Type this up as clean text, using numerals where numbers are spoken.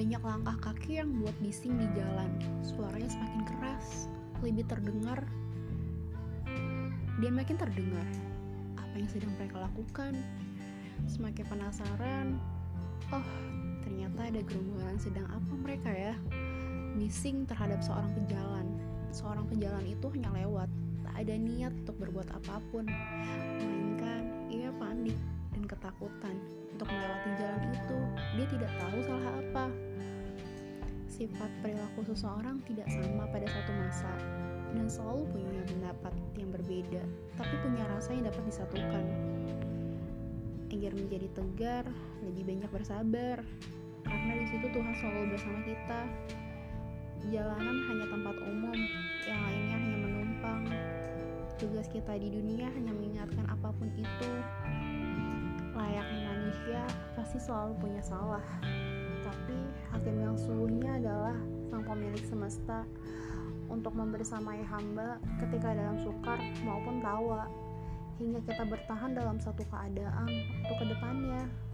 Banyak langkah kaki yang membuat bising di jalan. Suaranya semakin keras, lebih terdengar, dan makin terdengar. Apa yang sedang mereka lakukan? Semakin penasaran. Oh, ternyata ada gerombolan sedang apa mereka ya? Bising terhadap seorang pejalan. Seorang pejalan itu hanya lewat, tak ada niat untuk berbuat apapun, melainkan ia panik dan ketakutan untuk melewati jalan itu. Dia tidak tahu salah apa. Sifat perilaku seseorang tidak sama pada satu masa, dan selalu punya pendapat yang berbeda, tapi punya rasa yang dapat disatukan. Agar menjadi tegar, lebih banyak bersabar, karena di situ Tuhan selalu bersama kita. Jalanan hanya tempat umum, yang lainnya hanya menumpang. Tugas kita di dunia hanya mengingatkan apapun itu. Layaknya manusia pasti selalu punya salah, tapi hakim yang sesungguhnya adalah Sang Pemilik semesta untuk membersamai hamba ketika dalam sukar maupun tawa, hingga kita bertahan dalam satu keadaan untuk kedepannya.